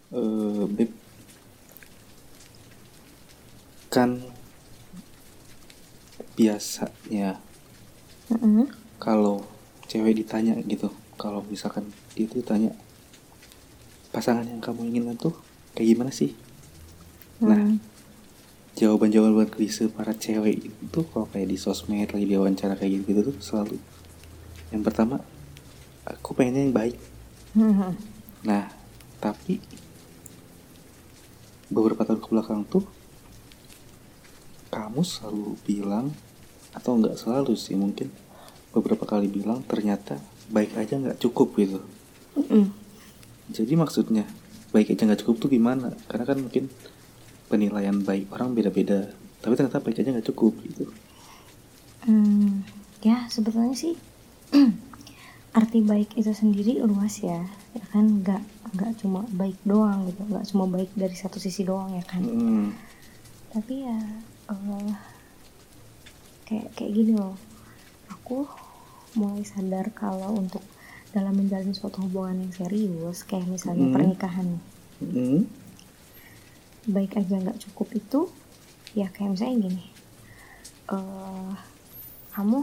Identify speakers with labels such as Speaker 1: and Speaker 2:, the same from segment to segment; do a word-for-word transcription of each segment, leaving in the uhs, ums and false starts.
Speaker 1: Eh, Beb, kan biasanya
Speaker 2: Mm-mm.
Speaker 1: kalau cewek ditanya gitu, kalau misalkan dia tuh tanya pasangan yang kamu inginkan tuh kayak gimana sih? Nah,
Speaker 2: Hmm.
Speaker 1: jawaban-jawaban klise para cewek itu kalau kayak di sosmed lagi diwawancara kayak gitu-gitu tuh selalu yang pertama, aku pengennya yang baik.
Speaker 2: Hmm.
Speaker 1: Nah, tapi beberapa tahun ke belakang tuh kamu selalu bilang, atau nggak selalu sih, mungkin beberapa kali bilang ternyata baik aja nggak cukup gitu.
Speaker 2: Mm-mm.
Speaker 1: Jadi maksudnya baik aja nggak cukup tuh gimana? Karena kan mungkin penilaian baik orang beda-beda, tapi ternyata baik aja nggak cukup gitu.
Speaker 2: Hmm. Ya sebetulnya sih arti baik itu sendiri luas ya, ya kan nggak nggak cuma baik doang gitu, nggak cuma baik dari satu sisi doang ya kan.
Speaker 1: Hmm.
Speaker 2: Tapi ya eh, kayak kayak gini loh, aku mulai sadar kalau untuk dalam menjalin suatu hubungan yang serius kayak misalnya
Speaker 1: Hmm.
Speaker 2: pernikahan,
Speaker 1: Hmm.
Speaker 2: baik aja nggak cukup itu ya kayak misalnya gini, eh kamu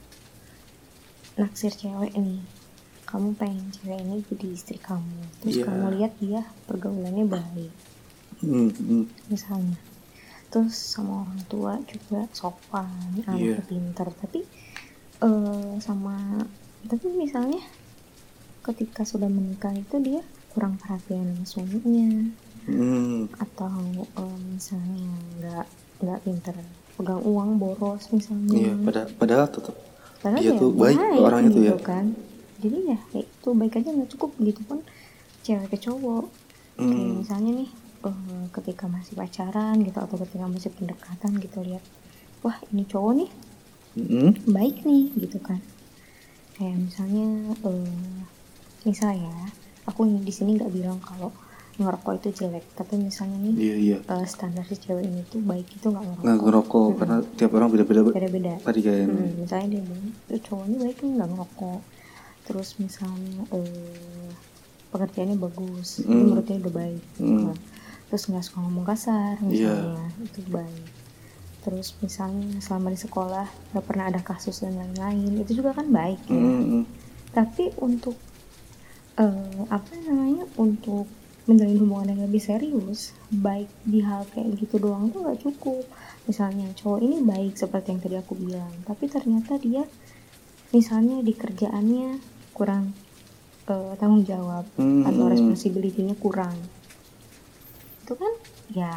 Speaker 2: naksir cewek nih, kamu pengen cewek ini jadi istri kamu, terus
Speaker 1: Iya.
Speaker 2: kamu lihat dia pergaulannya baik
Speaker 1: Hmm. Hmm.
Speaker 2: misalnya, terus sama orang tua juga sopan, anaknya
Speaker 1: Iya.
Speaker 2: pinter, tapi eh sama tapi misalnya ketika sudah menikah itu dia kurang perhatian sama suaminya,
Speaker 1: Hmm.
Speaker 2: atau eh, misalnya nggak nggak pinter pegang uang, boros misalnya,
Speaker 1: Iya. Pada padahal tetap
Speaker 2: padahal
Speaker 1: dia
Speaker 2: ya
Speaker 1: tuh baik
Speaker 2: baik
Speaker 1: orangnya tuh
Speaker 2: gitu
Speaker 1: ya.
Speaker 2: kan. Jadi ya kayak itu baik aja nggak cukup gitu pun cewek ke cowok. Kayak
Speaker 1: Hmm.
Speaker 2: misalnya nih eh, ketika masih pacaran gitu atau ketika masih pendekatan gitu, lihat wah ini cowok nih
Speaker 1: Hmm.
Speaker 2: baik nih gitu kan. Kayak misalnya eh, misal ya, aku di sini nggak bilang kalau ngerokok itu jelek, tapi misalnya nih
Speaker 1: Iya, iya.
Speaker 2: eh, standar si cewek ini tuh baik itu nggak
Speaker 1: Nggak
Speaker 2: ngerokok.
Speaker 1: ngerokok
Speaker 2: Mm-mm.
Speaker 1: karena tiap orang beda-beda.
Speaker 2: Beda-beda.
Speaker 1: Tadi kayak
Speaker 2: Mm-mm. Misalnya dia bilang "Eh, cowok ini baik nih nggak ngerokok", terus misalnya eh, pekerjaannya bagus, itu
Speaker 1: Hmm.
Speaker 2: menurut dia udah baik.
Speaker 1: Hmm.
Speaker 2: Nah, terus nggak suka ngomong kasar misalnya, itu baik. Terus misalnya selama di sekolah nggak pernah ada kasus dan lain-lain, itu juga kan baik ya.
Speaker 1: Hmm.
Speaker 2: Tapi untuk eh, apa namanya, untuk menjalin hubungan yang lebih serius, baik di hal kayak gitu doang tuh nggak cukup. Misalnya cowok ini baik seperti yang tadi aku bilang, tapi ternyata dia misalnya di kerjaannya kurang eh, tanggung jawab
Speaker 1: Hmm.
Speaker 2: atau
Speaker 1: Hmm.
Speaker 2: responsibility-nya kurang, itu kan ya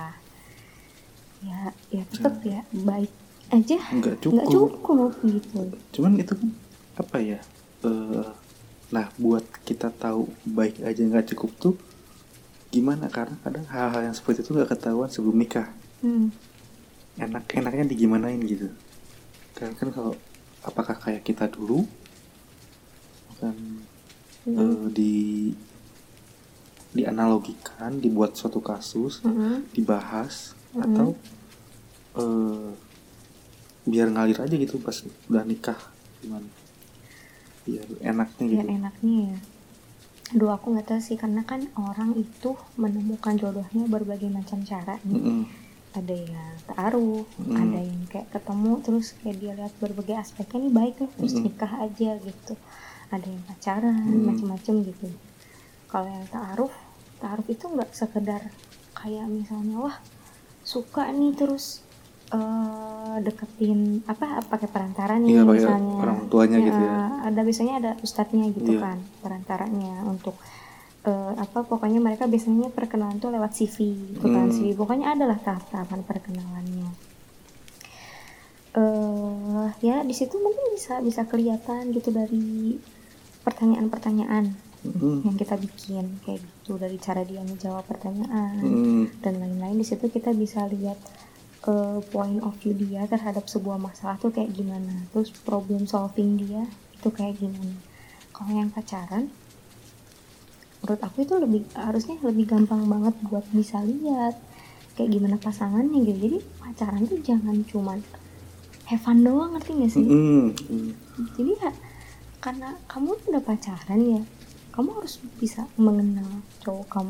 Speaker 2: ya ya tetap ya baik aja
Speaker 1: Nggak
Speaker 2: nggak
Speaker 1: cukup.
Speaker 2: cukup gitu.
Speaker 1: Cuman itu kan apa ya? Eh, nah, buat kita tahu baik aja nggak cukup tuh gimana? Karena kadang hal-hal yang seperti itu nggak ketahuan sebelum nikah.
Speaker 2: Hmm.
Speaker 1: Enak-enaknya digimanain gitu. Kan, kan kalau apakah kayak kita dulu kan
Speaker 2: Hmm.
Speaker 1: eh, di dianalogikan, dibuat suatu kasus,
Speaker 2: Hmm.
Speaker 1: dibahas,
Speaker 2: Hmm.
Speaker 1: atau eh, biar ngalir aja gitu pas udah nikah gimana? Biar enaknya gitu.
Speaker 2: Biar enaknya ya, aduh aku nggak tahu sih, karena kan orang itu menemukan jodohnya berbagai macam cara nih.
Speaker 1: Mm-mm.
Speaker 2: Ada yang ta'aruf,
Speaker 1: Mm.
Speaker 2: ada yang kayak ketemu terus kayak dia lihat berbagai aspeknya nih baik nih, terus
Speaker 1: Mm.
Speaker 2: nikah aja gitu. Ada yang pacaran,
Speaker 1: Mm.
Speaker 2: macem-macem gitu. Kalau yang ta'aruf, ta'aruf itu nggak sekedar kayak misalnya wah suka nih terus eh, deketin apa pakai perantara nih.
Speaker 1: Iya, pakai
Speaker 2: misalnya
Speaker 1: orang tuanya
Speaker 2: ya,
Speaker 1: gitu ya.
Speaker 2: ada biasanya ada ustadznya gitu.
Speaker 1: Iya.
Speaker 2: kan perantaranya untuk eh, apa pokoknya mereka biasanya perkenalan tuh lewat C V gitu kan.
Speaker 1: Hmm.
Speaker 2: C V pokoknya adalah tahap-tahapan perkenalannya. eh ya di situ mungkin bisa bisa kelihatan gitu dari pertanyaan-pertanyaan
Speaker 1: Mm.
Speaker 2: yang kita bikin kayak gitu, dari cara dia menjawab pertanyaan
Speaker 1: Mm.
Speaker 2: dan lain-lain. Di situ kita bisa lihat uh, point of view dia terhadap sebuah masalah tuh kayak gimana, terus problem solving dia itu kayak gimana. Kalau yang pacaran menurut aku itu lebih harusnya lebih gampang banget buat bisa lihat kayak gimana pasangannya gitu. Jadi pacaran tuh jangan cuma have fun doang, ngerti gak sih?
Speaker 1: Mm. Mm.
Speaker 2: Jadi ya karena kamu udah pacaran ya, kamu harus bisa mengenal cowok kamu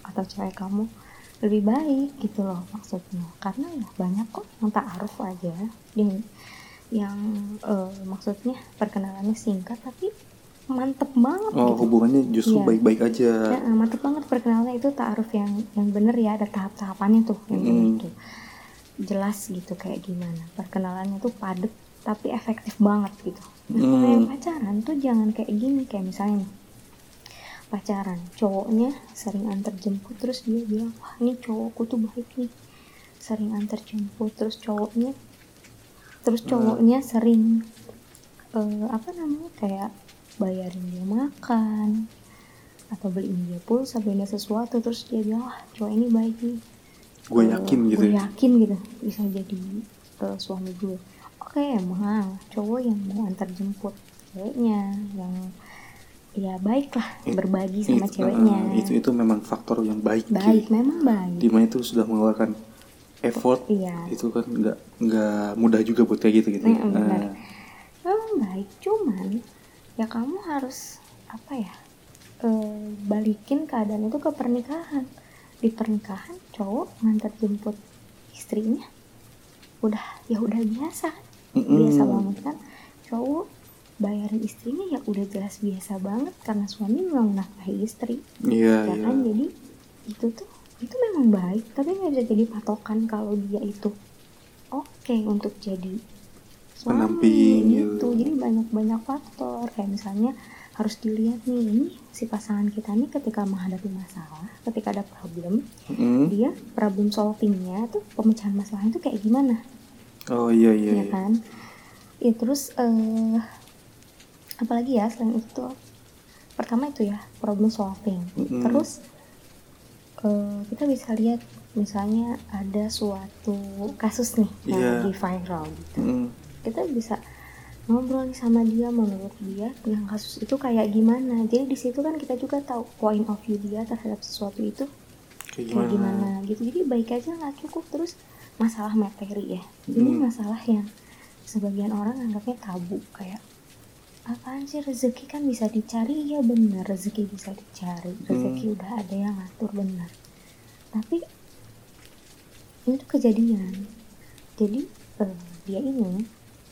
Speaker 2: atau cewek kamu lebih baik gitu loh maksudnya. Karena ya banyak kok yang ta'aruf aja yang yang uh, maksudnya perkenalannya singkat tapi mantep banget
Speaker 1: oh
Speaker 2: gitu.
Speaker 1: hubungannya justru
Speaker 2: Iya.
Speaker 1: baik-baik aja.
Speaker 2: Ya, mantep banget perkenalannya itu ta'aruf yang yang bener ya, ada tahap-tahapannya tuh yang
Speaker 1: Hmm.
Speaker 2: bener tuh jelas gitu kayak gimana perkenalannya tuh padet tapi efektif banget gitu. Nah kalau
Speaker 1: Hmm.
Speaker 2: yang pacaran tuh jangan kayak gini, kayak misalnya nih, pacaran cowoknya sering antar jemput terus dia bilang wah ini cowokku tuh baik nih, sering antar jemput, terus cowoknya terus cowoknya sering uh, apa namanya kayak bayarin dia makan atau beliin dia pulsa, beliin dia sesuatu, terus dia bilang wah cowok ini baik nih,
Speaker 1: Gue
Speaker 2: uh,
Speaker 1: yakin gitu
Speaker 2: gue
Speaker 1: ya.
Speaker 2: yakin gitu bisa jadi uh, suami gue. Oke emang cowok yang mau antar jemput ceweknya yang ya baik lah
Speaker 1: It-
Speaker 2: berbagi sama
Speaker 1: it-
Speaker 2: ceweknya,
Speaker 1: uh, itu itu memang faktor yang baik.
Speaker 2: baik
Speaker 1: Ki.
Speaker 2: memang baik.
Speaker 1: Dimana itu sudah mengeluarkan effort.
Speaker 2: Iya.
Speaker 1: Itu kan nggak nggak mudah juga buat kayak gitu gitu.
Speaker 2: Nah, benar.
Speaker 1: Nah,
Speaker 2: Memang baik, cuman ya kamu harus apa ya, e, balikin keadaan itu ke pernikahan. Di pernikahan cowok ngantar jemput istrinya udah ya udah biasa,
Speaker 1: Mm-mm.
Speaker 2: biasa banget kan. Cowok bayarin istrinya ya udah jelas biasa banget karena suami memang menafkahi istri.
Speaker 1: iya
Speaker 2: Ya
Speaker 1: iya.
Speaker 2: kan, jadi itu tuh itu memang baik, tapi nggak bisa jadi patokan kalau dia itu oke untuk jadi suami
Speaker 1: Pendamping
Speaker 2: gitu.
Speaker 1: gitu.
Speaker 2: Jadi banyak-banyak faktor kayak misalnya harus dilihat nih, ini si pasangan kita nih ketika menghadapi masalah, ketika ada problem,
Speaker 1: Mm-mm.
Speaker 2: dia problem solvingnya tuh, pemecahan masalahnya tuh kayak gimana,
Speaker 1: Oh iya iya.
Speaker 2: ya
Speaker 1: iya.
Speaker 2: kan? Ya terus eh, apalagi ya selain itu tuh, pertama itu ya problem solving.
Speaker 1: Mm-mm.
Speaker 2: Terus eh, kita bisa lihat misalnya ada suatu kasus nih yang
Speaker 1: Iya.
Speaker 2: lagi viral gitu,
Speaker 1: Mm-mm.
Speaker 2: kita bisa ngobrol nih sama dia, menurut dia yang kasus itu kayak gimana. Jadi di situ kan kita juga tahu point of view dia terhadap sesuatu itu
Speaker 1: Kayak
Speaker 2: kayak
Speaker 1: gimana?
Speaker 2: gimana gitu. Jadi baik aja nggak cukup. Terus masalah materi ya, ini
Speaker 1: Hmm.
Speaker 2: masalah yang sebagian orang anggapnya tabu, kayak apaan sih, rezeki kan bisa dicari. Ya benar, rezeki bisa dicari, rezeki
Speaker 1: Hmm.
Speaker 2: udah ada yang ngatur, benar. Tapi itu kejadian. Jadi eh, dia ini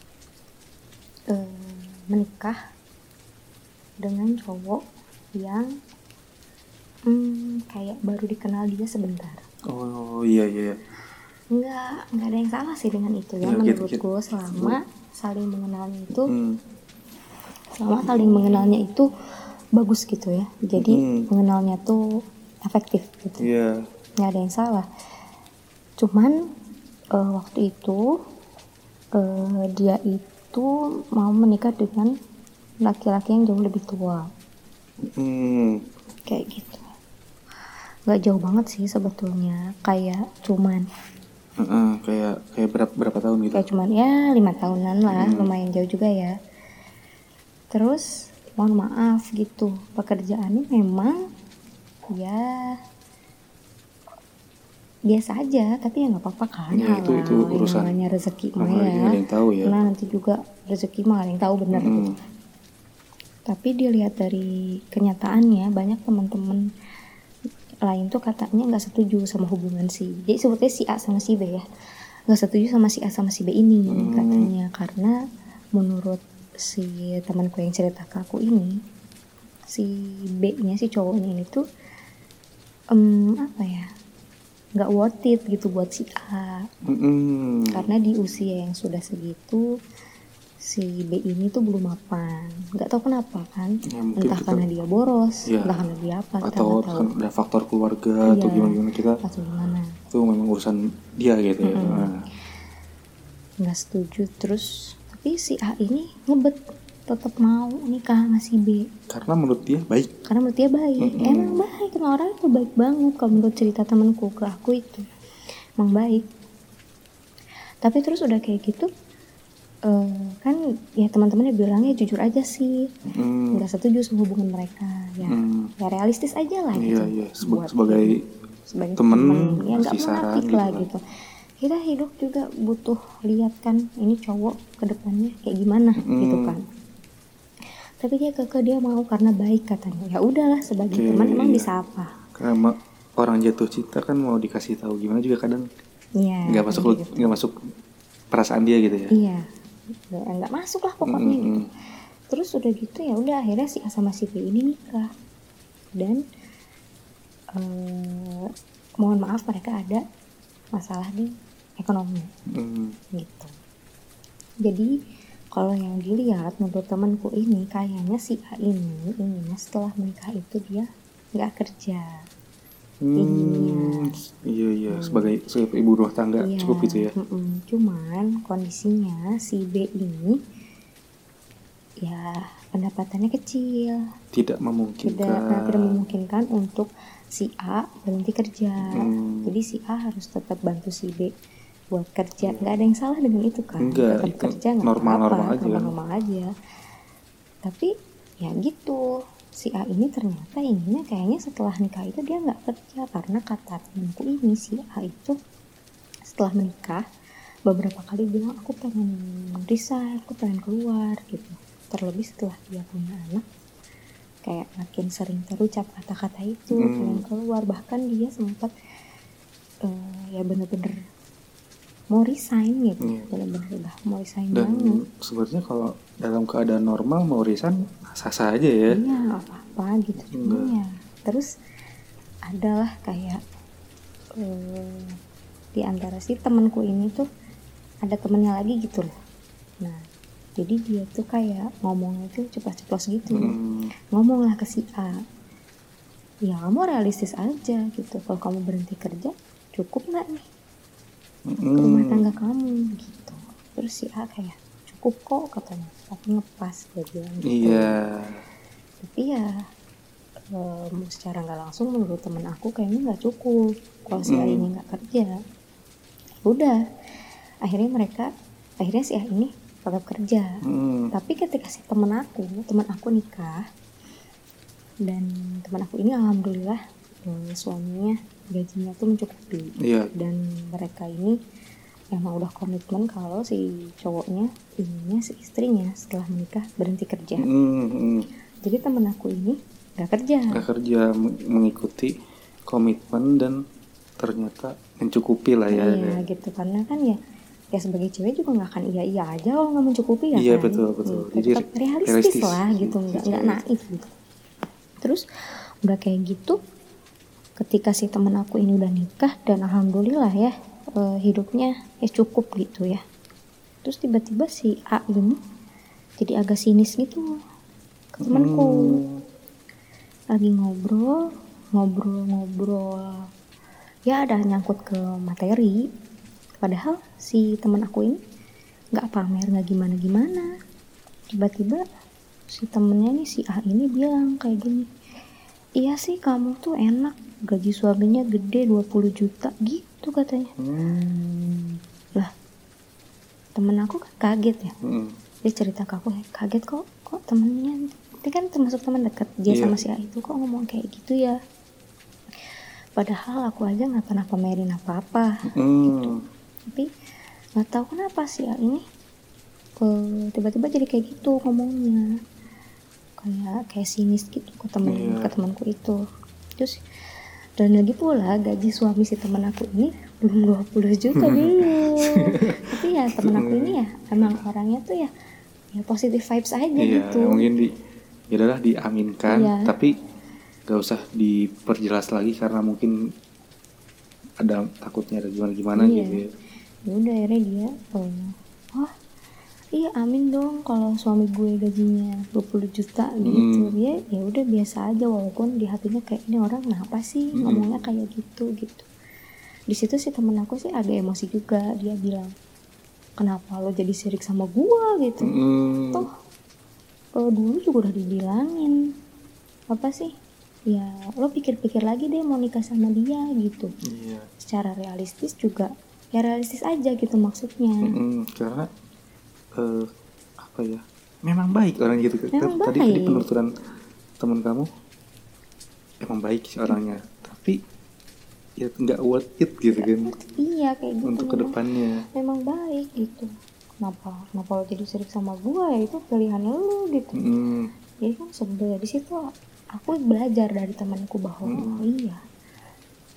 Speaker 2: eh, menikah dengan cowok yang hmm, kayak baru dikenal dia sebentar.
Speaker 1: Oh iya iya.
Speaker 2: Nggak nggak ada yang salah sih dengan itu ya,
Speaker 1: Ya, gitu,
Speaker 2: menurutku, selama saling mengenalnya itu
Speaker 1: Hmm.
Speaker 2: selama saling mengenalnya itu bagus gitu ya. Jadi
Speaker 1: Hmm.
Speaker 2: mengenalnya tuh efektif gitu.
Speaker 1: Iya.
Speaker 2: Nggak ada yang salah. Cuman eh, waktu itu eh, dia itu mau menikah dengan laki-laki yang jauh lebih tua,
Speaker 1: Hmm.
Speaker 2: kayak gitu. Nggak jauh banget sih sebetulnya, kayak cuman
Speaker 1: Uh-uh, kayak kayak berapa berapa tahun gitu?
Speaker 2: kayak cuman ya lima tahunan lah,
Speaker 1: Hmm.
Speaker 2: lumayan jauh juga ya. Terus mohon maaf gitu, pekerjaannya memang ya biasa aja, tapi ya nggak apa-apa kan.
Speaker 1: Ya, itu- itu
Speaker 2: halal, yang
Speaker 1: urusan.
Speaker 2: namanya rezeki mah
Speaker 1: Hal-hal yang
Speaker 2: ya.
Speaker 1: nggak ada yang tahu ya.
Speaker 2: Nah nanti juga rezeki mah nggak ada yang tahu, benar
Speaker 1: Hmm.
Speaker 2: gitu. Tapi dilihat dari kenyataannya, banyak teman-teman lain tuh katanya nggak setuju sama hubungan si, jadi sebetulnya si A sama si B ya, nggak setuju sama si A sama si B ini
Speaker 1: Hmm.
Speaker 2: katanya, karena menurut si temanku yang cerita ke aku ini, si B-nya, si cowoknya ini tuh em, apa ya, nggak worth it gitu buat si A,
Speaker 1: Hmm.
Speaker 2: karena di usia yang sudah segitu si B ini tuh belum mapan. Nggak tahu kenapa kan,
Speaker 1: Ya, mungkin
Speaker 2: entah
Speaker 1: kita-
Speaker 2: karena dia boros,
Speaker 1: Ya.
Speaker 2: entah karena dia apa, kita
Speaker 1: Atau
Speaker 2: nggak tahu
Speaker 1: kan ada faktor keluarga atau
Speaker 2: Iya.
Speaker 1: gimana gimana kita
Speaker 2: atau gimana.
Speaker 1: itu memang urusan dia gitu ya.
Speaker 2: Mm-mm.
Speaker 1: Nah.
Speaker 2: Nggak setuju. Terus tapi si A ini ngebet, tetap mau nikah sama si B
Speaker 1: Karena menurut dia baik.
Speaker 2: karena menurut dia baik.
Speaker 1: Mm-mm.
Speaker 2: Emang baik, emang orang itu baik banget kalau menurut cerita temanku ke aku, itu emang baik. Tapi terus udah kayak gitu eh, kan ya teman-temannya bilangnya jujur aja sih,
Speaker 1: Hmm.
Speaker 2: nggak setuju sama hubungan mereka ya.
Speaker 1: Hmm.
Speaker 2: Ya realistis aja lah
Speaker 1: Iya
Speaker 2: gitu.
Speaker 1: iya. Seba-
Speaker 2: Buat
Speaker 1: sebagai
Speaker 2: sebagai
Speaker 1: temen,
Speaker 2: temen, ya nggak
Speaker 1: kasih saran
Speaker 2: munafik
Speaker 1: gitu
Speaker 2: lah
Speaker 1: kan.
Speaker 2: gitu. Kita hidup juga butuh lihat kan ini cowok kedepannya kayak gimana
Speaker 1: Hmm.
Speaker 2: gitu kan. Tapi dia keke, dia mau karena baik katanya. Ya udahlah, sebagai
Speaker 1: Oke,
Speaker 2: teman emang
Speaker 1: iya.
Speaker 2: bisa apa?
Speaker 1: Karena ma- orang jatuh cinta kan mau dikasih tahu gimana juga kadang
Speaker 2: Iya.
Speaker 1: nggak masuk
Speaker 2: kayak gitu.
Speaker 1: nggak masuk perasaan dia gitu ya.
Speaker 2: Iya, nggak nggak masuk lah pokoknya
Speaker 1: Mm-mm.
Speaker 2: gitu. Terus udah gitu ya udah akhirnya si A sama si B ini nikah dan eh, mohon maaf mereka ada masalah di ekonomi
Speaker 1: Mm.
Speaker 2: gitu. Jadi kalau yang dilihat menurut temanku ini kayaknya si A ini inginnya setelah menikah itu dia nggak kerja.
Speaker 1: Hmm, iya iya sebagai sebagai ibu rumah tangga
Speaker 2: Iya,
Speaker 1: cukup gitu ya.
Speaker 2: mm-mm. Cuman kondisinya si B ini ya pendapatannya kecil,
Speaker 1: Tidak
Speaker 2: tidak
Speaker 1: memungkinkan.
Speaker 2: nah, tidak memungkinkan untuk si A berhenti kerja.
Speaker 1: Hmm.
Speaker 2: Jadi si A harus tetap bantu si B buat kerja. Nggak ada yang salah dengan itu kan.
Speaker 1: Enggak,
Speaker 2: Tetap
Speaker 1: itu
Speaker 2: kerja nggak
Speaker 1: normal-normal
Speaker 2: apa-apa,
Speaker 1: aja kan.
Speaker 2: normal-normal aja. Tapi ya gitu. Si A ini ternyata ininya kayaknya setelah nikah itu dia nggak kerja karena kata temanku ini si A itu setelah menikah beberapa kali bilang aku pengen resign, aku pengen keluar gitu. Terlebih setelah dia punya anak kayak makin sering terucap kata-kata itu
Speaker 1: Hmm.
Speaker 2: pengen keluar, bahkan dia sempat uh, ya bener-bener mau resign gitu.
Speaker 1: Iya.
Speaker 2: Bener-bener udah mau resign
Speaker 1: Dan
Speaker 2: banget.
Speaker 1: sebenarnya kalau dalam keadaan normal mau resign sah-sah aja ya.
Speaker 2: Iya nggak apa-apa gitu. Cuman ya terus adalah kayak uh, di antara si temanku ini tuh ada temennya lagi gitu loh. Nah jadi dia tuh kayak ngomongnya tuh ceplos-ceplos gitu.
Speaker 1: Hmm.
Speaker 2: Ngomonglah ke si A, ya kamu realistis aja gitu, kalau kamu berhenti kerja cukup nggak nih
Speaker 1: Hmm.
Speaker 2: rumah tangga kamu gitu. Terus si A kayak cukup kok katanya, tapi ngepas dia bilang gitu.
Speaker 1: Iya.
Speaker 2: Tapi ya um, secara nggak langsung menurut temen aku kayaknya nggak cukup kalau si A
Speaker 1: Hmm.
Speaker 2: ini nggak kerja. Udah akhirnya mereka akhirnya si A ini tetap kerja.
Speaker 1: Hmm.
Speaker 2: Tapi ketika si temen aku temen aku nikah dan temen aku ini alhamdulillah eh, suaminya gajinya tuh mencukupi.
Speaker 1: Iya.
Speaker 2: Dan mereka ini emang udah komitmen kalau si cowoknya inginnya si istrinya setelah menikah berhenti kerja.
Speaker 1: Hmm. Hmm.
Speaker 2: Jadi temen aku ini gak kerja.
Speaker 1: Nggak kerja meng- mengikuti komitmen dan ternyata mencukupi lah ya.
Speaker 2: Iya gitu, karena kan ya ya sebagai cewek juga nggak akan iya iya aja kalau nggak mencukupi ya
Speaker 1: Iya,
Speaker 2: kan.
Speaker 1: betul, betul.
Speaker 2: Hmm,
Speaker 1: Jadi
Speaker 2: tetap realistis,
Speaker 1: realistis.
Speaker 2: lah gitu, nggak nggak
Speaker 1: Iya.
Speaker 2: naif gitu. Terus udah kayak gitu, ketika si temen aku ini udah nikah dan alhamdulillah ya eh, hidupnya ya cukup gitu ya. Terus tiba-tiba si A ini jadi agak sinis gitu ke temanku.
Speaker 1: Hmm.
Speaker 2: Lagi ngobrol, ngobrol-ngobrol, ya ada nyangkut ke materi. Padahal si teman aku ini nggak pamer, nggak gimana-gimana. Tiba-tiba si temennya nih si A ini bilang kayak gini, iya sih kamu tuh enak, gaji suaminya gede dua puluh juta gitu katanya.
Speaker 1: Hmm.
Speaker 2: Lah temen aku kan kaget ya.
Speaker 1: Hmm.
Speaker 2: Dia cerita ke aku, kaget kok kok temennya, ini kan termasuk teman dekat dia
Speaker 1: Iya.
Speaker 2: sama si A itu, kok ngomong kayak gitu ya. Padahal aku aja nggak pernah pamerin apa-apa.
Speaker 1: Hmm.
Speaker 2: Tapi nggak tahu kenapa sih ya ini eh, tiba-tiba jadi kayak gitu ngomongnya, kayak kayak sinis gitu ke temen
Speaker 1: Iya.
Speaker 2: ke temanku itu. Terus dan lagi pula gaji suami si teman aku ini belum dua puluh juta belum. Tapi ya temen aku ini ya emang orangnya tuh ya ya positive vibes aja
Speaker 1: Iya,
Speaker 2: gitu.
Speaker 1: mungkin di ya udahlah diaminkan,
Speaker 2: Iya.
Speaker 1: tapi gak usah diperjelas lagi karena mungkin ada takutnya ada gimana-gimana
Speaker 2: Iya.
Speaker 1: gitu ya.
Speaker 2: Ya udah akhirnya dia oh, wah iya amin dong kalau suami gue gajinya dua puluh juta gitu.
Speaker 1: Hmm.
Speaker 2: Dia ya udah biasa aja, walaupun di hatinya kayak ini orang kenapa sih
Speaker 1: Hmm.
Speaker 2: ngomongnya kayak gitu gitu. Di situ sih temen aku sih agak emosi juga, dia bilang kenapa lo jadi sirik sama gua gitu.
Speaker 1: Hmm.
Speaker 2: Toh eh, dulu juga udah dibilangin apa sih ya lo pikir-pikir lagi deh mau nikah sama dia gitu.
Speaker 1: Iya.
Speaker 2: Secara realistis juga ya realistis aja gitu maksudnya.
Speaker 1: Mm-mm, karena eh, apa ya? Memang baik orang gitu.
Speaker 2: Memang
Speaker 1: Tadi
Speaker 2: baik.
Speaker 1: tadi penuturan teman kamu emang baik sih orangnya, tapi ya nggak worth it gitu kan
Speaker 2: Iya kayak gitu.
Speaker 1: untuk
Speaker 2: memang-
Speaker 1: kedepannya.
Speaker 2: Memang baik gitu. Kenapa kenapa lo jadi sirik sama gua ya, itu pilihan lo gitu.
Speaker 1: Mm,
Speaker 2: Jadi kan sebenarnya di situ aku belajar dari temanku bahwa
Speaker 1: Hmm.
Speaker 2: oh iya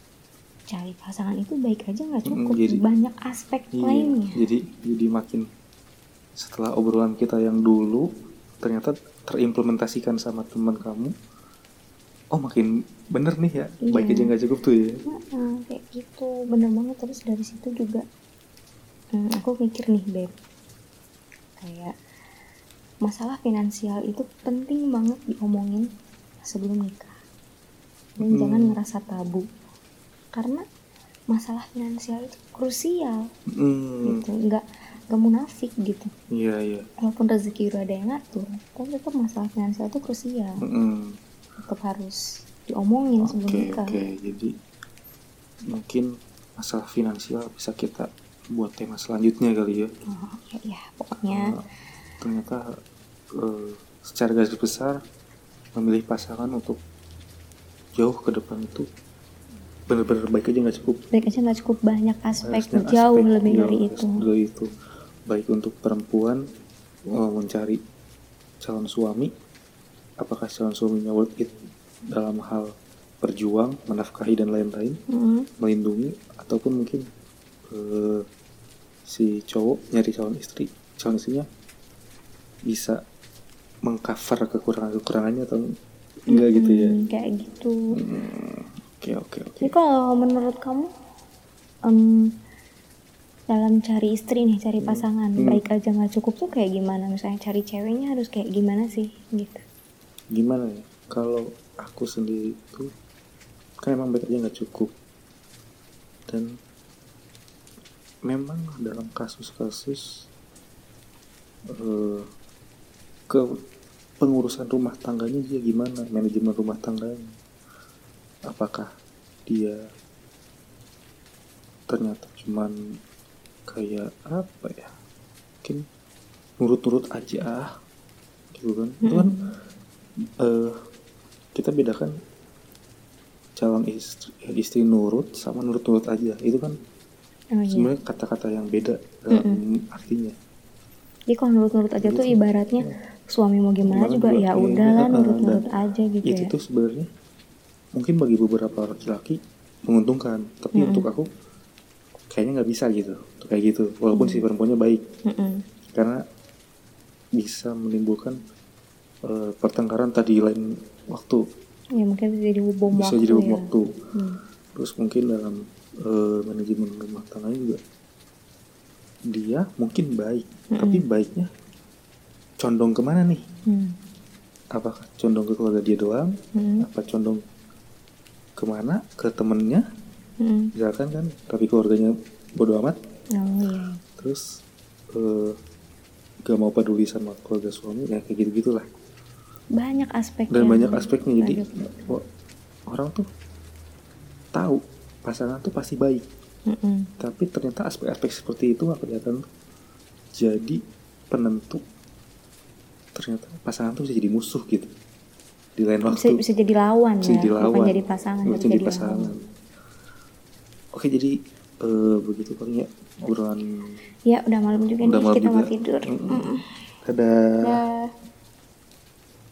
Speaker 2: cari pasangan itu baik aja nggak cukup,
Speaker 1: Mm, jadi-
Speaker 2: banyak aspek
Speaker 1: Iya,
Speaker 2: lainnya.
Speaker 1: jadi jadi makin setelah obrolan kita yang dulu ternyata terimplementasikan sama teman kamu, oh makin bener nih ya,
Speaker 2: Iya.
Speaker 1: baik aja nggak cukup tuh ya.
Speaker 2: Heeh, kayak gitu, bener banget. Terus dari situ juga hmm, aku mikir nih Beb, kayak masalah finansial itu penting banget diomongin sebelum nikah, dan
Speaker 1: Hmm.
Speaker 2: jangan ngerasa tabu, karena masalah finansial itu krusial
Speaker 1: Hmm,
Speaker 2: gitu, nggak nggak munafik gitu.
Speaker 1: iya iya.
Speaker 2: Walaupun rezeki udah ada yang ngatur, tapi tetap masalah finansial itu krusial,
Speaker 1: Mm-mm.
Speaker 2: tetap harus diomongin sebelum
Speaker 1: Oke
Speaker 2: nikah.
Speaker 1: oke, jadi mungkin masalah finansial bisa kita buat tema selanjutnya kali ya.
Speaker 2: Oh, ya, ya pokoknya
Speaker 1: Uh, ternyata uh, secara garis besar memilih pasangan untuk jauh ke depan itu benar-benar baik aja nggak cukup.
Speaker 2: baik aja nggak cukup, banyak aspek,
Speaker 1: Harusnya
Speaker 2: jauh
Speaker 1: aspek
Speaker 2: lebih
Speaker 1: jauh
Speaker 2: dari itu.
Speaker 1: dari itu. Baik untuk perempuan uh, mencari calon suami, apakah calon suaminya worth it dalam hal berjuang, menafkahi dan lain-lain,
Speaker 2: Mm-hmm.
Speaker 1: melindungi, ataupun mungkin uh, si cowok nyari calon istri, calon istrinya bisa mengcover kekurangan-kekurangannya atau enggak gitu ya.
Speaker 2: Hmm, kayak gitu.
Speaker 1: Oke oke oke.
Speaker 2: Jadi kalau menurut kamu em, dalam cari istri nih, cari pasangan,
Speaker 1: Hmm.
Speaker 2: baik aja nggak cukup tuh kayak gimana? Misalnya cari ceweknya harus kayak gimana sih gitu?
Speaker 1: Gimana ya? Kalau aku sendiri itu kan emang baik aja nggak cukup, dan memang dalam kasus-kasus uh, ke pengurusan rumah tangganya dia gimana, manajemen rumah tangganya, apakah dia ternyata cuman kayak apa ya, mungkin nurut-nurut aja gitu kan. Itu kan uh, kita bedakan calon istri, istri nurut sama nurut-nurut aja, itu kan
Speaker 2: Oh iya.
Speaker 1: sebenarnya kata-kata yang beda dalam artinya.
Speaker 2: Jadi kalau nurut-nurut aja tuh ibaratnya suami mau gimana
Speaker 1: Gimana
Speaker 2: juga
Speaker 1: juga,
Speaker 2: ya
Speaker 1: iya,
Speaker 2: udahlah
Speaker 1: iya,
Speaker 2: nurut-nurut
Speaker 1: dan
Speaker 2: aja gitu
Speaker 1: itu
Speaker 2: ya.
Speaker 1: tuh sebenarnya mungkin bagi beberapa laki-laki menguntungkan, tapi
Speaker 2: Mm-mm.
Speaker 1: untuk aku kayaknya nggak bisa gitu, untuk kayak gitu, walaupun si perempuannya baik,
Speaker 2: Mm-mm.
Speaker 1: karena bisa menimbulkan uh, pertengkaran tadi lain waktu,
Speaker 2: Ya mungkin bisa jadi bom
Speaker 1: bisa
Speaker 2: waktu
Speaker 1: jadi bom
Speaker 2: ya.
Speaker 1: waktu.
Speaker 2: Hmm.
Speaker 1: Terus mungkin dalam uh, manajemen rumah tangganya juga dia mungkin baik,
Speaker 2: Mm-mm.
Speaker 1: tapi baiknya condong kemana nih?
Speaker 2: Hmm.
Speaker 1: Apakah condong ke keluarga dia doang?
Speaker 2: Hmm.
Speaker 1: Apa condong kemana? Ke temennya?
Speaker 2: Hmm.
Speaker 1: Misalkan kan, tapi keluarganya bodo amat.
Speaker 2: Oh iya.
Speaker 1: Terus uh, gak mau peduli sama keluarga suami, ya kayak gitu-gitulah.
Speaker 2: Banyak aspek
Speaker 1: Dan
Speaker 2: yang
Speaker 1: banyak aspeknya, jadi
Speaker 2: lanjut.
Speaker 1: wah, orang tuh tahu pasangan tuh pasti baik,
Speaker 2: Mm-mm.
Speaker 1: tapi ternyata aspek-aspek seperti itu gak kelihatan, jadi penentu ternyata pasangan tuh bisa jadi musuh gitu di lain
Speaker 2: Bisa,
Speaker 1: waktu.
Speaker 2: bisa jadi lawan
Speaker 1: Bisa
Speaker 2: ya,
Speaker 1: jadi lawan,
Speaker 2: bukan jadi pasangan,
Speaker 1: bisa
Speaker 2: tapi
Speaker 1: jadi
Speaker 2: jadi
Speaker 1: pasangan.
Speaker 2: lawan.
Speaker 1: Oke, jadi uh, begitu paling ya obrolan.
Speaker 2: Ya udah malam juga
Speaker 1: Udah
Speaker 2: nih,
Speaker 1: malam
Speaker 2: kita
Speaker 1: juga.
Speaker 2: mau tidur.
Speaker 1: Mm-mm.
Speaker 2: Mm-mm.
Speaker 1: Dadah.
Speaker 2: Dah.